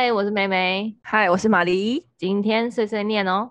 嗨，我是梅梅， 嗨，我是玛丽。 今天碎碎念哦。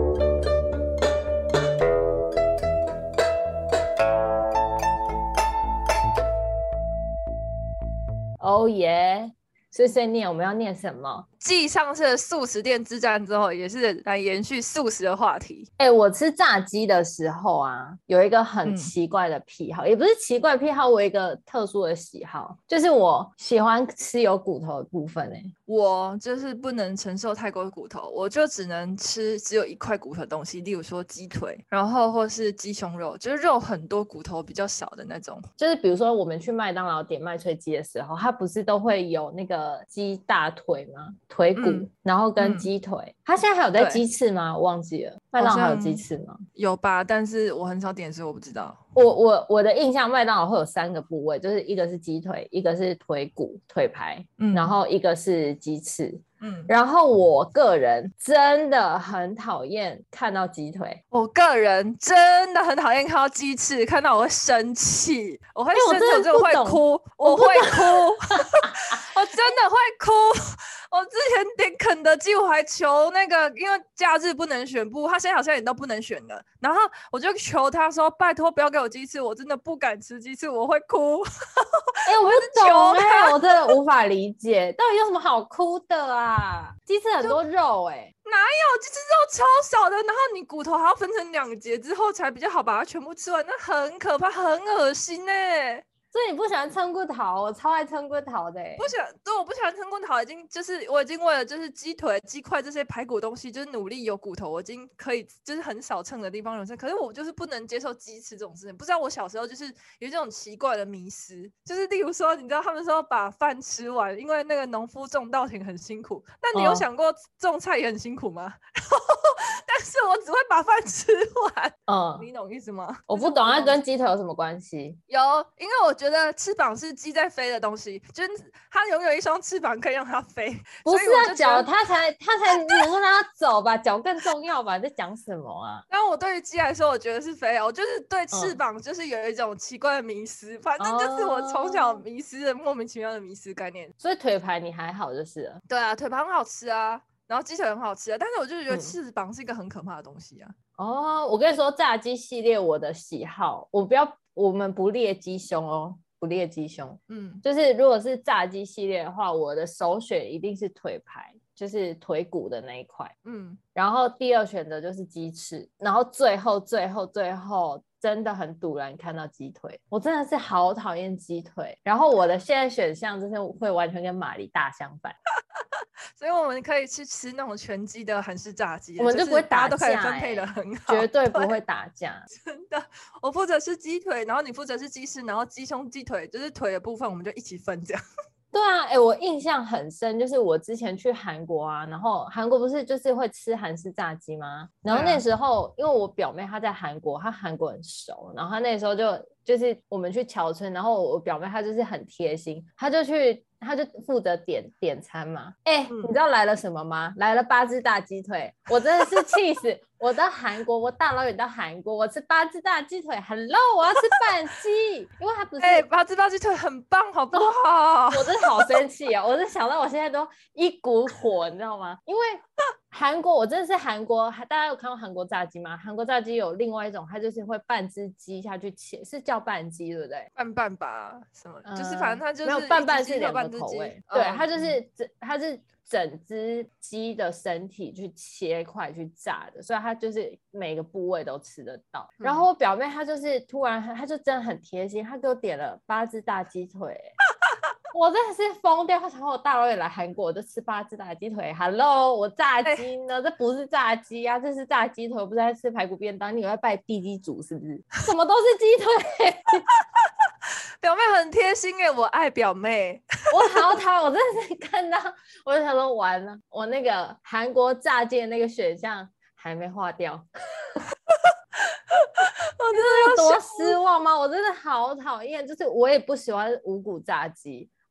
哦耶，碎碎念，我们要念什么？ 继上次的素食店之战之后，也是来延续素食的话题。 我吃炸鸡的时候啊，有一个很嗯， 奇怪的癖好，也不是奇怪癖好，我有一个特殊的喜好，就是我喜欢吃有骨头的部分。 我就是不能承受太多骨头，我就只能吃只有一块骨头的东西，例如说鸡腿，然后或是鸡胸肉，就是肉很多骨头比较少的那种。 就是比如说我们去麦当劳点麦脆鸡的时候，它不是都会有那个鸡大腿吗？腿骨， 嗯然后跟嗯， 鸡腿。它现在还有在对， 鸡翅吗？我忘记了，麦好当劳还有鸡像翅吗？ 有吧，但是我很少点，所以我不知道。 我的印象，麦当劳会有三个部位，就是一个是鸡腿，一个是腿骨腿排，然嗯后一个是鸡翅。 嗯。 然后我个人真的很讨厌看到鸡腿， 我个人真的很讨厌看到鸡翅，看到我会生气，我会生气，我我真的真的不懂， 会哭，我会我不懂。 哭，我真的会哭。我之前点肯德基，我还求那个，因为假日不能选他现在好像也都不能选了。然后我就求他说：“拜托不要给我鸡翅，我真的不敢吃鸡翅，我会哭。” 我不我一直求懂他， 我真的无法理解，到底有什么好哭的啊？鸡翅很多肉哪有鸡翅肉超少的，然后你骨头还要分成2节之后才比较好把它全部吃完，那很可怕，很恶心所以你不喜欢撑骨头，我超爱撑骨头的对，我不喜欢撑骨头，我已经为了就是鸡腿、鸡块这些排骨东西，就是努力有骨头，我已经可以就是很少称的地方有称，可是我就是不能接受鸡翅这种事情。不知道我小时候就是有这种奇怪的迷思，就是例如说，你知道他们说把饭吃完，因为那个农夫种稻田很辛苦，那你有想过种菜也很辛苦吗？但是我只会把饭吃完，你懂意思吗？ 我不懂它跟鸡腿有什么关系？ 有，因为我觉得翅膀是鸡在飞的东西，就是它拥有一双翅膀可以让它飞， 不是啊， 所以我就脚它才能够让它走吧，脚更重要吧？你在讲什么啊？ 然后我对于鸡来说，我觉得是飞啊，我就是对翅膀就是有一种奇怪的迷思，反正就是我从小迷失的莫名其妙的迷思概念。 所以腿排你还好就是了。 对啊，腿排很好吃啊，然后鸡腿很好吃啊，但是我就是觉得翅膀是一个很可怕的东西啊。 我跟你说，炸鸡系列我的喜好，我们不列鸡胸哦，不列鸡胸。就是如果是炸鸡系列的话，我的首选一定是腿排，就是腿骨的那一块。然后第二选择就是鸡翅，然后最后真的很堵然看到鸡腿，我真的是好讨厌鸡腿。然后我的现在选项就是会完全跟玛丽大相反。 所以我们可以去吃那种全鸡的韩式炸鸡， 我们就不会打架， 大家都可以分配的很好， 绝对不会打架。 真的，我负责吃鸡腿，然后你负责吃鸡翅，然后鸡胸、鸡腿就是腿的部分，我们就一起分这样。 对啊，我印象很深，就是我之前去韩国啊，然后韩国不是就是会吃韩式炸鸡吗？然后那时候，因为我表妹她在韩国，她韩国很熟，然后她那时候就是我们去侨村，然后我表妹她就是很贴心，她就负责点餐嘛。你知道来了什么吗？来了8只大鸡腿，我真的是气死！我到韩国，我大老远到韩国，我吃8只大鸡腿 ，Hello， 我要吃半鸡，因为它不是 8只大鸡腿很棒，好不好？ 我真的好生气啊！我是想到我现在都一股火，你知道吗？因为韩国，我真的是韩国，大家有看过韩国炸鸡吗？韩国炸鸡有另外一种，它就是会半只鸡下去切，是叫半鸡对不对？ 半吧，什么？就是反正它就是没有半是 2 个口味，对，它是整只鸡的身体去切块去炸的，所以它就是每个部位都吃得到。然后我表妹她就是突然，她就真的很贴心，她给我点了8只大鸡腿。我真的是疯掉！然后我大老远来韩国，我就吃8只大鸡腿。Hello， 我炸鸡呢？这不是炸鸡啊，这是炸鸡腿。我不是在吃排骨便当，你有在拜地基主是不是？什么都是鸡腿。 表妹很贴心我爱表妹。 我好讨厌，我真的是看到我就想说完了，我那个韩国炸鸡的那个选项还没划掉。我真的有多失望吗？我真的好讨厌，就是我也不喜欢五谷炸鸡。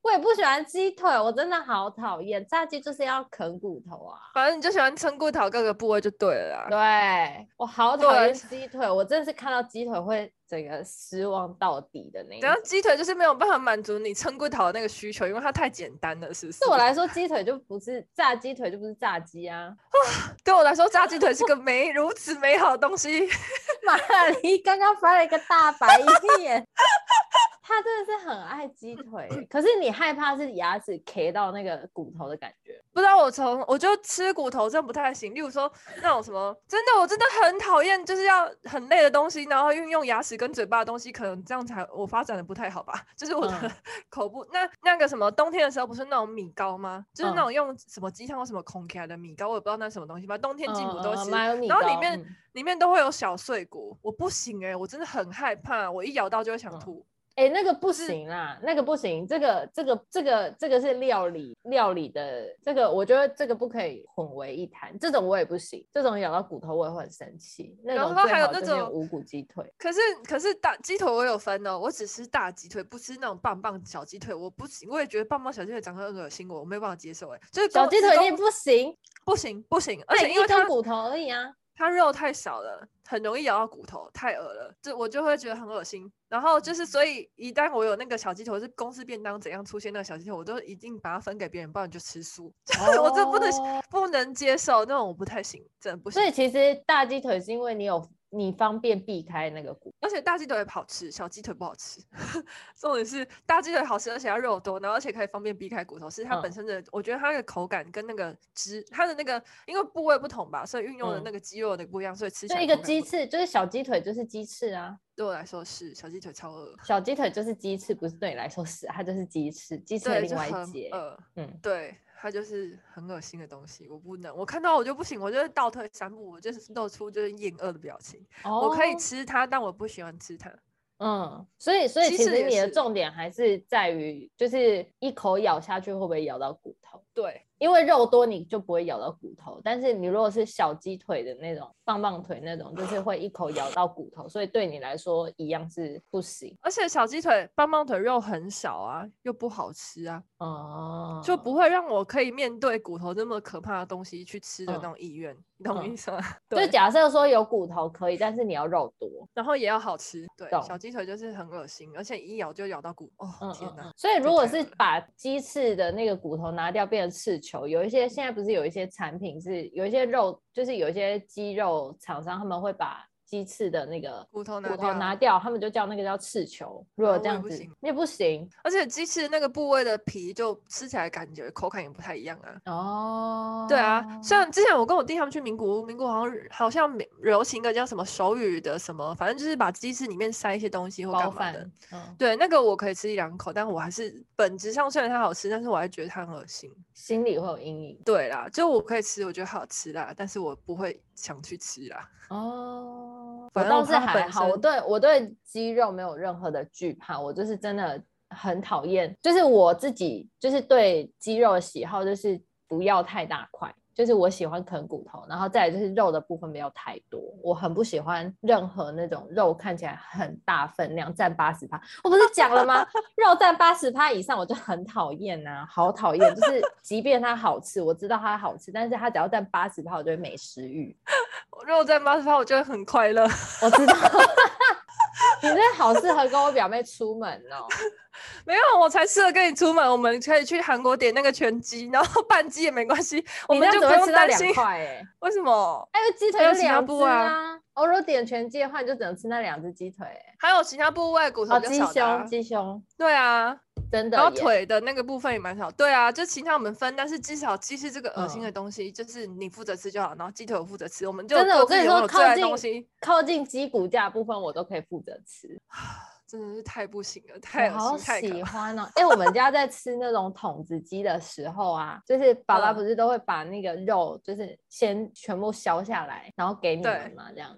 我也不喜欢鸡腿，我真的好讨厌。炸鸡就是要啃骨头啊。 反正你就喜欢称骨头各个部位就对了啦。 对，我好讨厌鸡腿，我真的是看到鸡腿会整个失望到底的那一种。 然后鸡腿就是没有办法满足你称骨头的那个需求，因为它太简单了，是不是？ 对我来说，鸡腿就不是炸鸡腿，就不是炸鸡啊。 对我来说，炸鸡腿是个如此美好的东西。 玛丽刚刚翻了一个大白眼。他真的是很爱鸡腿，可是你害怕是牙齿 K 到那个骨头的感觉。 不知道我就吃骨头真的不太行，例如说那种什么，真的我真的很讨厌，就是要很累的东西，然后运用牙齿跟嘴巴的东西，可能这样才我发展的不太好吧，就是我的口部。那个什么冬天的时候不是那种米糕吗？就是那种用什么鸡汤或什么孔起来的米糕，我也不知道那是什么东西吧。冬天进补都吃，然后里面都会有小碎骨，我不行我真的很害怕，我一咬到就会想吐。 那个不行啦，那个不行，这个是料理的，这个我觉得这个不可以混为一谈，这种我也不行，这种咬到骨头我也会很生气。那种最好就是用无骨鸡腿。 可是大鸡腿我有分哦，我只吃大鸡腿，不吃那种棒棒小鸡腿，我不行，我也觉得棒棒小鸡腿长得很恶心，我没办法接受就是小鸡腿你也不行， 不行，而且因为它骨头而已啊。 它肉太少了，很容易咬到骨头，太恶了，我就会觉得很恶心。然后就是所以一旦我有那个小鸡腿，是公司便当怎样出现那个小鸡腿，我都一定把它分给别人，不然就吃素。我这不能接受，那种我不太行，真的不行。 所以其实大鸡腿是因为你方便避开那个骨， 而且大鸡腿也好吃，小鸡腿不好吃。重点是大鸡腿好吃，而且它肉多，然后而且可以方便避开骨头，是它本身的，我觉得它的口感跟那个它的那个因为部位不同吧，所以运用的那个肌肉的不一样，所以吃起来就一个鸡翅，就是小鸡腿就是鸡翅啊。 对我来说是小鸡腿超饿， 小鸡腿就是鸡翅，不是对你来说是，它就是鸡翅，鸡翅的另外一节。 对，它就是很恶心的东西，我不能，我看到我就不行，我就倒退3步，我就是露出就是厌恶的表情。我可以吃它，但我不喜欢吃它。 所以其实你的重点还是在于，就是一口咬下去会不会咬到骨头？ 对， 因为肉多你就不会咬到骨头，但是你如果是小鸡腿的那种棒棒腿那种，就是会一口咬到骨头，所以对你来说一样是不行。 而且小鸡腿棒棒腿肉很少啊，又不好吃啊，就不会让我可以面对骨头这么可怕的东西去吃的那种意愿，你懂我意思吗？ 就假设说有骨头可以，但是你要肉多， 然后也要好吃。对，小鸡腿就是很恶心，而且一咬就咬到骨，天哪！ 所以如果是把鸡翅的那个骨头拿掉变成翅球，有一些现在不是有一些产品是有一些肉，就是有一些鸡肉厂商他们会把鸡翅的那个骨头拿掉，他们就叫那个叫翅球。如果这样子，你也不行。 而且鸡翅那个部位的皮就吃起来感觉口感也不太一样啊。对啊，像之前我跟我弟他们去名古屋好像流行的叫什么手语的什么，反正就是把鸡翅里面塞一些东西或干嘛的。对，那个我可以吃1-2口，但我还是本质上虽然它好吃，但是我还觉得它很恶心， 心里会有阴影。 对啦，就我可以吃，我觉得好吃啦，但是我不会想去吃啦。 我倒是还好，我对鸡肉没有任何的惧怕，我就是真的很讨厌，就是我自己就是对鸡肉的喜好就是不要太大块，就是我喜欢啃骨头，然后再来就是肉的部分不要太多，我很不喜欢任何那种肉看起来很大分量占80%，我不是讲了吗？肉占80%以上我就很讨厌啊，好讨厌，就是即便它好吃，我知道它好吃，但是它只要占80%我就会没食欲。 肉占80%我就会很快乐。 我知道。你真的好适合跟我表妹出门哦。 没有，我才适合跟你出门。我们可以去韩国点那个全鸡，然后半鸡也没关系，我们就不用担心。 2块为什么？ 因为鸡腿有2只啊。如果点全鸡的话，你就只能吃那2只鸡腿。 还有其他部位骨头比较少的鸡胸。 对啊， 真的。 然后腿的那个部分也蛮少。对啊，就其他我们分，但是至少鸡是这个恶心的东西，就是你负责吃就好，然后鸡腿我负责吃，我们就真的，我跟你说，靠近鸡骨架的部分我都可以负责吃。 真的是太不行了，太恶心， 好喜欢哦！我们家在吃那种筒子鸡的时候啊，就是爸爸不是都会把那个肉就是先全部削下来，然后给你们嘛，这样子。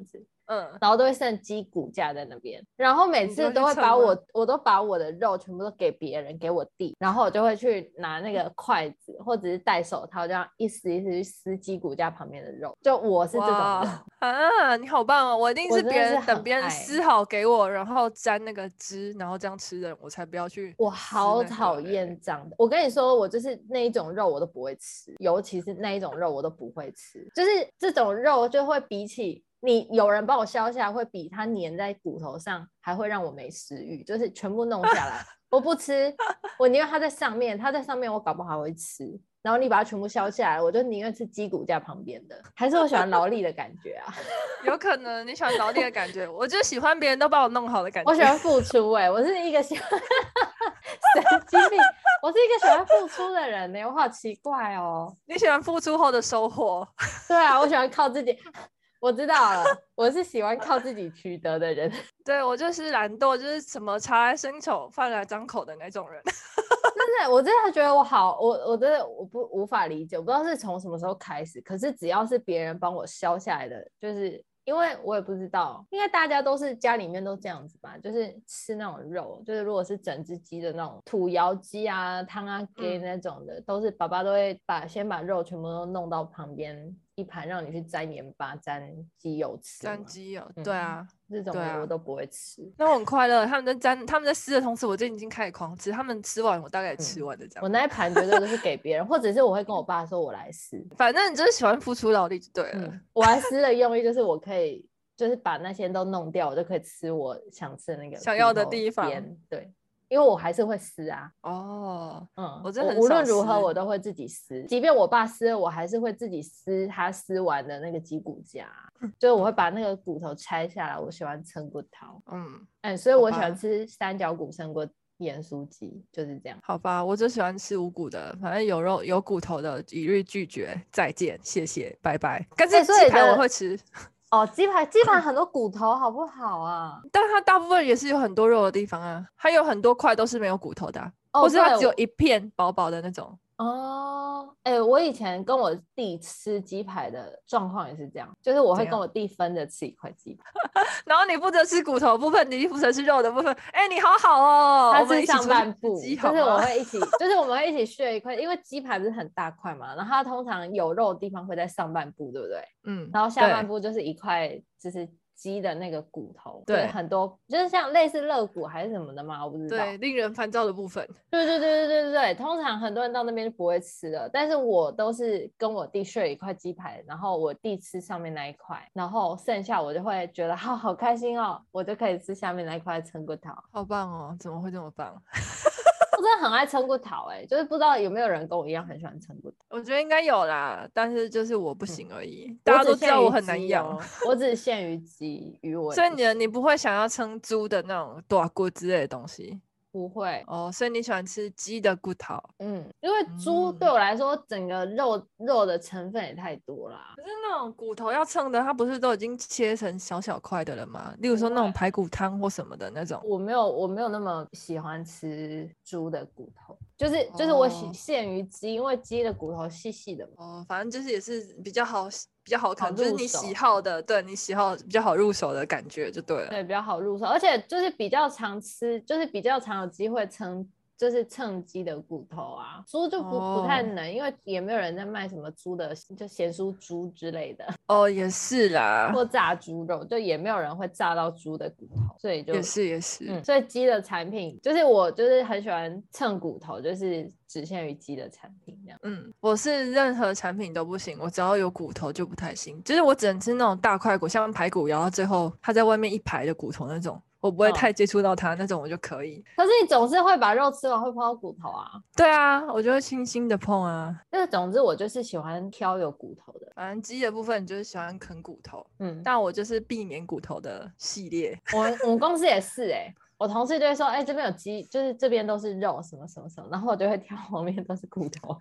然后都会剩鸡骨架在那边，然后每次都会把我都把我的肉全部都给别人，给我弟，然后我就会去拿那个筷子或者是戴手套，这样一丝一丝去撕鸡骨架旁边的肉。就我是这种人啊，你好棒哦！我一定是别人等别人撕撕好给我，然后沾那个汁，然后这样吃的，我才不要去。 我好讨厌这样的。我跟你说，我就是那一种肉我都不会吃，尤其是那一种肉我都不会吃，就是这种肉就会比起你有人帮我削下来，会比它粘在骨头上还会让我没食欲，就是全部弄下来我不吃，我宁愿它在上面，我搞不好还会吃。然后你把它全部削下来，我就宁愿吃鸡骨架旁边的，还是我喜欢劳力的感觉啊？ 有可能你喜欢劳力的感觉，我就喜欢别人都帮我弄好的感觉。 我喜欢付出我是一个喜欢神经病，我是一个喜欢付出的人我好奇怪哦。 你喜欢付出后的收获？ 对啊，我喜欢靠自己。我知道了，我是喜欢靠自己取得的人。 对，我就是懒惰，就是什么茶来伸手饭来张口的那种人。 真的，我真的觉得我真的无法理解，我不知道是从什么时候开始，可是只要是别人帮我削下来的，就是因为我也不知道，应该大家都是家里面都这样子吧，就是吃那种肉，就是如果是整只鸡的那种土窑鸡啊、汤啊给那种的，都是爸爸都会先把肉全部都弄到旁边一盘，让你去沾盐巴、沾鸡油吃。 沾鸡油，对啊， 这种我都不会吃。 那我很快乐，他们在撕的同时，我就已经开始狂吃。他们吃完，我大概也吃完的这样。 我那一盘绝对都是给别人，或者是我会跟我爸说，我来撕。 反正你就是喜欢付出劳力就对了。 我来撕的用意就是我可以，就是把那些都弄掉，我就可以吃我想吃的那个想要的地方。 对。因为我还是会撕啊。 我真的很少撕。 无论如何我都会自己撕，即便我爸撕了，我还是会自己撕他撕完的那个鸡骨架，就是我会把那个骨头拆下来。我喜欢撑骨头，所以我喜欢吃三角骨胜过盐酥鸡，就是这样。 好吧，我就喜欢吃无骨的，反正有肉有骨头的一律拒绝，再见，谢谢，拜拜。但是鸡排我会吃。 鸡排很多骨头好不好啊？ 但它大部分也是有很多肉的地方啊，还有很多块都是没有骨头的或是它只有一片薄薄的那种。 我以前跟我弟吃鸡排的状况也是这样，就是我会跟我弟分着吃一块鸡排， 然后你负责吃骨头的部分，你负责吃肉的部分。你好好哦， 他是上半部，就是我会一起，就是我们会一起 share 一块，因为鸡排不是很大块嘛，然后它通常有肉的地方会在上半部，对不对？然后下半部就是一块，就是鸡的那个骨头，对，很多就是像类似肋骨还是什么的嘛，我不知道。 对，令人烦躁的部分。 对，通常很多人到那边就不会吃了，但是我都是跟我弟 share 一块鸡排，然后我弟吃上面那一块，然后剩下我就会觉得好开心哦，我就可以吃下面那一块撑骨头。 好棒哦，怎么会这么棒？ 我真的很爱撑骨头就是不知道有没有人跟我一样很喜欢撑骨头。 我觉得应该有啦，但是就是我不行而已。大家都知道我很难养， 我只限于鸡鱼尾。 所以你不会想要撑猪的那种大骨之类的东西？ 不会所以你喜欢吃鸡的骨头。 因为猪对我来说整个肉的成分也太多啦。 可是那种骨头要称的，它不是都已经切成小小块的了吗？例如说那种排骨汤或什么的那种。 我没有那么喜欢吃猪的骨头，就是我限于鸡，因为鸡的骨头细细的嘛。 反正就是也是比较好看，就是你喜好的，对你喜好比较好入手的感觉就对了。 对，比较好入手，而且就是比较常吃，就是比较常有机会就是蹭鸡的骨头啊。猪就不太能，因为也没有人在卖什么猪的，就咸酥猪之类的。 也是啦， 或炸猪肉，就也没有人会炸到猪的骨头，所以就也是。 所以鸡的产品，就是我就是很喜欢蹭骨头，就是只限于鸡的产品这样。 我是任何产品都不行，我只要有骨头就不太行，就是我只能吃那种大块骨，像排骨，然后最后它在外面一排的骨头那种。我不会太接触到它那种，我就可以。 可是你总是会把肉吃完会碰到骨头啊。 对啊，我就会轻轻的碰啊。 但总之我就是喜欢挑有骨头的。 反正鸡的部分就是喜欢啃骨头，但我就是避免骨头的系列。 我们公司也是我同事就会说，这边有鸡，就是这边都是肉什么什么什么，然后我就会挑旁边都是骨头。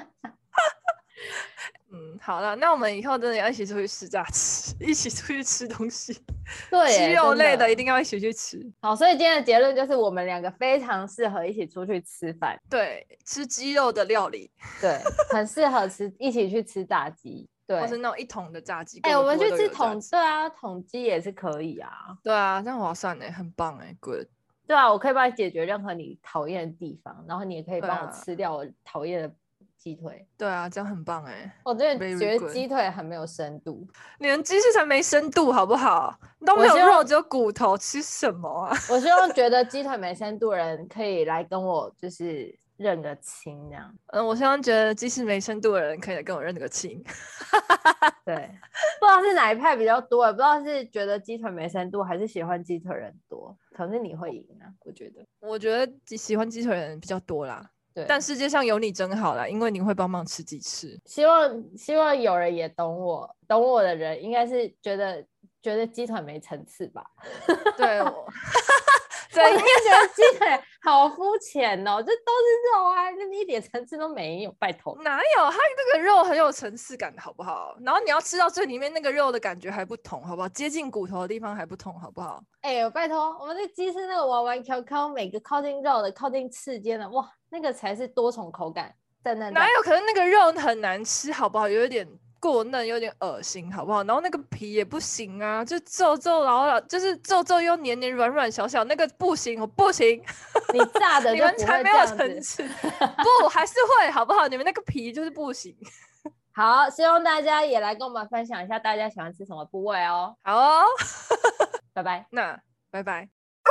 好了，那我们以后真的要一起出去吃炸吃，一起出去吃东西。 对， 鸡肉类的一定要一起去吃。 好，所以今天的结论就是我们两个非常适合一起出去吃饭。 对，吃鸡肉的料理。 对，很适合一起去吃炸鸡。 对， 或是那种一桶的炸鸡。 我们去吃对啊，桶鸡也是可以啊。 对啊，这样划算欸，很棒欸 ，good。 对啊，我可以帮你解决任何你讨厌的地方，然后你也可以帮我吃掉我讨厌的鸡腿。 对啊，这样很棒欸。 我真的觉得鸡腿很没有深度。 你们鸡翅才没深度好不好？都没有肉，只有骨头，吃什么啊？ 我希望觉得鸡腿没深度的人可以来跟我就是认个亲这样。 我希望觉得鸡翅没深度的人可以来跟我认个亲。 对，不知道是哪一派比较多，也不知道是觉得鸡腿没深度，还是喜欢鸡腿人多。可能你会赢啊，我觉得喜欢鸡腿的人比较多啦。 对， 但世界上有你真好啦，因为你会帮忙吃鸡翅。 希望有人也懂我的人，应该是觉得鸡腿没层次吧？ 对， 我也觉得鸡腿好肤浅哦，这都是肉啊，那一点层次都没有，拜托。 哪有？它那个肉很有层次感，好不好？然后你要吃到最里面那个肉的感觉还不同，好不好？接近骨头的地方还不同，好不好？ 拜托，我们这鸡翅那个弯弯 Q， 每个靠近肉的、靠近刺尖的，哇，那个才是多重口感。 哪有？可能那个肉很难吃，好不好？有一点过嫩，有点恶心，好不好？然后那个皮也不行啊，就皱皱，然后就是皱皱又黏黏、软软、小小，那个不行，我不行。 你炸的你们才没有层次，不还是会好不好？你们那个皮就是不行。 好，希望大家也来跟我们分享一下，大家喜欢吃什么部位哦。 好哦， 拜拜。 那拜拜。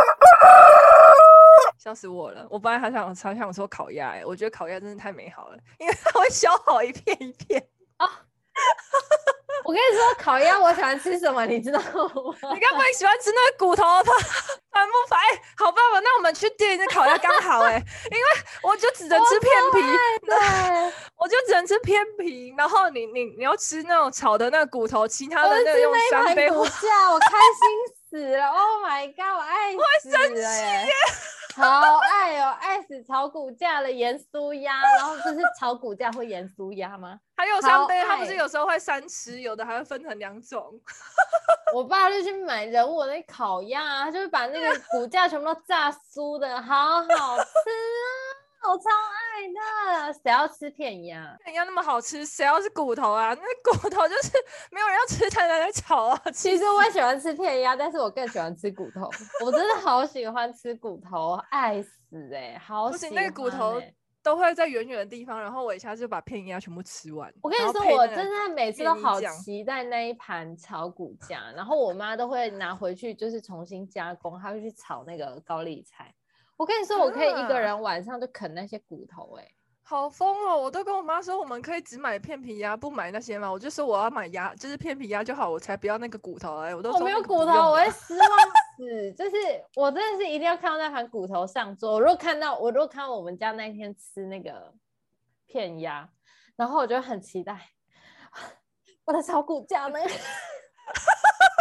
笑死我了！我本来还想说烤鸭，我觉得烤鸭真的太美好了，因为它会削好一片一片哦。我跟你说，烤鸭我喜欢吃什么，你知道吗？ 你该不会喜欢吃那个骨头吧？烦不烦？好吧，那我们去店里烤鸭刚好因为我就只能吃片皮，我就只能吃片皮，然后你要吃那种炒的那个骨头，其他的那个用三杯骨架，我开心死了 ！Oh my god， 我爱死了！ 我会生气耶！ 好爱哦，爱死炒骨架的盐酥鸭，然后不是炒骨架会盐酥鸭吗？ 还有三杯，它不是有时候会三吃，有的还会分成2种。 我爸就去买人我那烤鸭，他就会把那个骨架全部都炸酥的，好好吃啊！我超爱的。谁要吃片鸭？ 片鸭那么好吃，谁要是骨头啊？那骨头就是没有人要吃才拿来炒啊。 其实我也喜欢吃片鸭，但是我更喜欢吃骨头。我真的好喜欢吃骨头，爱死好喜欢。 那个骨头都会在远远的地方，然后我一下就把片鸭全部吃完。 我跟你说，我真的每次都好期待那一盘炒骨架，然后我妈都会拿回去，就是重新加工，她会去炒那个高丽菜。我跟你说，我可以一个人晚上就啃那些骨头好疯哦！我都跟我妈说，我们可以只买片皮鸭，不买那些嘛。我就说我要买鸭，就是片皮鸭就好，我才不要那个骨头我没有骨头，我会失望死。就是我真的是一定要看到那盘骨头上桌。我如果看到我们家那天吃那个片鸭，然后我就很期待我的炒骨架呢。